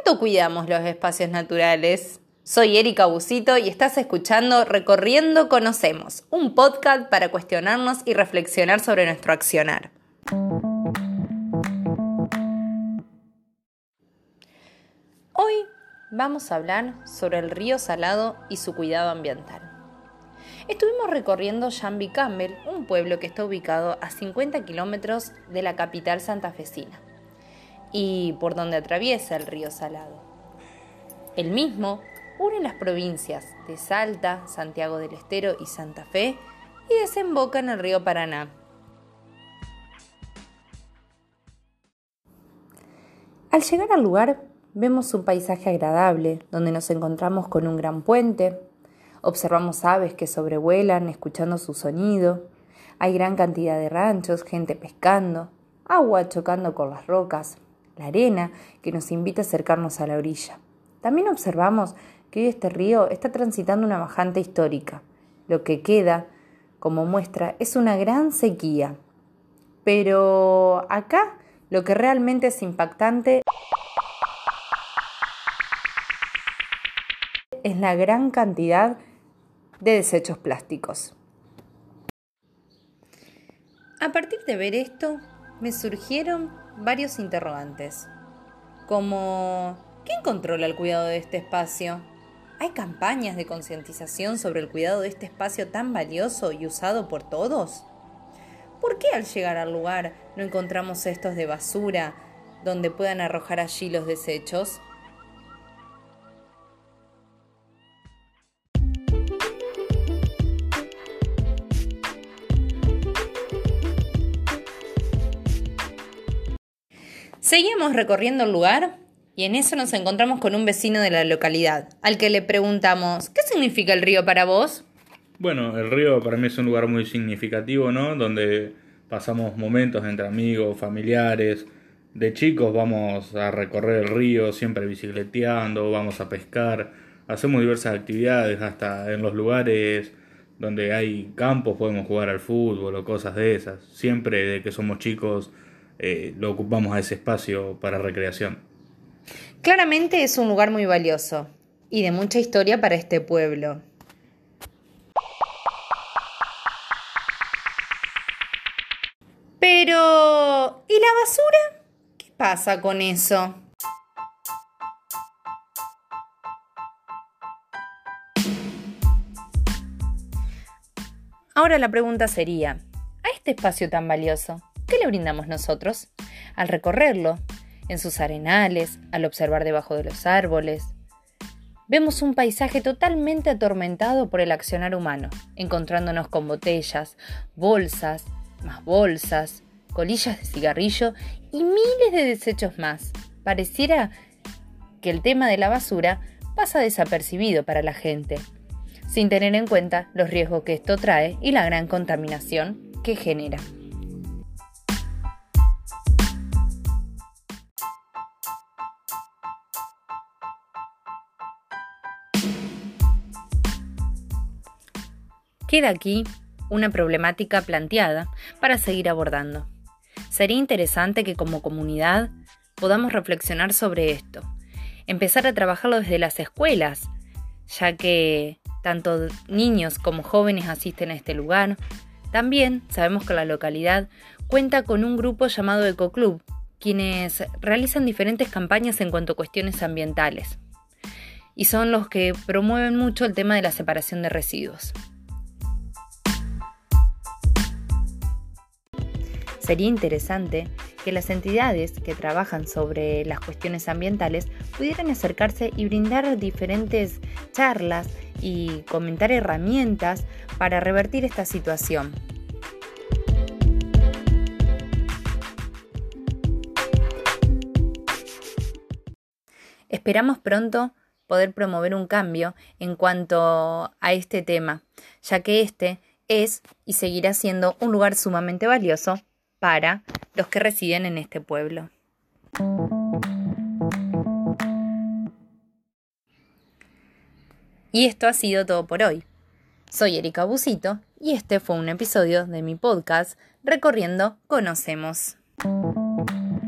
¿Cuánto cuidamos los espacios naturales? Soy Erika Busito y estás escuchando Recorriendo Conocemos, un podcast para cuestionarnos y reflexionar sobre nuestro accionar. Hoy vamos a hablar sobre el río Salado y su cuidado ambiental. Estuvimos recorriendo Jambi Campbell, un pueblo que está ubicado a 50 kilómetros de la capital santafesina y por donde atraviesa el río Salado. El mismo une las provincias de Salta, Santiago del Estero y Santa Fe y desemboca en el río Paraná. Al llegar al lugar vemos un paisaje agradable donde nos encontramos con un gran puente, observamos aves que sobrevuelan escuchando su sonido, hay gran cantidad de ranchos, gente pescando, agua chocando con las rocas, la arena que nos invita a acercarnos a la orilla. También observamos que hoy este río está transitando una bajante histórica. Lo que queda, como muestra, es una gran sequía. Pero acá lo que realmente es impactante es la gran cantidad de desechos plásticos. A partir de ver esto, me surgieron varios interrogantes, como ¿quién controla el cuidado de este espacio? ¿Hay campañas de concientización sobre el cuidado de este espacio tan valioso y usado por todos? ¿Por qué al llegar al lugar no encontramos cestos de basura donde puedan arrojar allí los desechos? Seguimos recorriendo el lugar y en eso nos encontramos con un vecino de la localidad, al que le preguntamos, ¿qué significa el río para vos? Bueno, el río para mí es un lugar muy significativo, ¿no? Donde pasamos momentos entre amigos, familiares. De chicos vamos a recorrer el río, siempre bicicleteando, vamos a pescar, hacemos diversas actividades, hasta en los lugares donde hay campos podemos jugar al fútbol o cosas de esas. Siempre de que somos chicos lo ocupamos a ese espacio para recreación. Claramente es un lugar muy valioso y de mucha historia para este pueblo. Pero, ¿y la basura? ¿Qué pasa con eso? Ahora la pregunta sería, ¿a este espacio tan valioso, qué le brindamos nosotros? Al recorrerlo, en sus arenales, al observar debajo de los árboles, vemos un paisaje totalmente atormentado por el accionar humano, encontrándonos con botellas, bolsas, más bolsas, colillas de cigarrillo y miles de desechos más. Pareciera que el tema de la basura pasa desapercibido para la gente, sin tener en cuenta los riesgos que esto trae y la gran contaminación que genera. Queda aquí una problemática planteada para seguir abordando. Sería interesante que como comunidad podamos reflexionar sobre esto, empezar a trabajarlo desde las escuelas, ya que tanto niños como jóvenes asisten a este lugar. También sabemos que la localidad cuenta con un grupo llamado Ecoclub, quienes realizan diferentes campañas en cuanto a cuestiones ambientales, y son los que promueven mucho el tema de la separación de residuos. Sería interesante que las entidades que trabajan sobre las cuestiones ambientales pudieran acercarse y brindar diferentes charlas y comentar herramientas para revertir esta situación. Esperamos pronto poder promover un cambio en cuanto a este tema, ya que este es y seguirá siendo un lugar sumamente valioso para los que residen en este pueblo. Y esto ha sido todo por hoy. Soy Erika Busito y este fue un episodio de mi podcast Recorriendo Conocemos.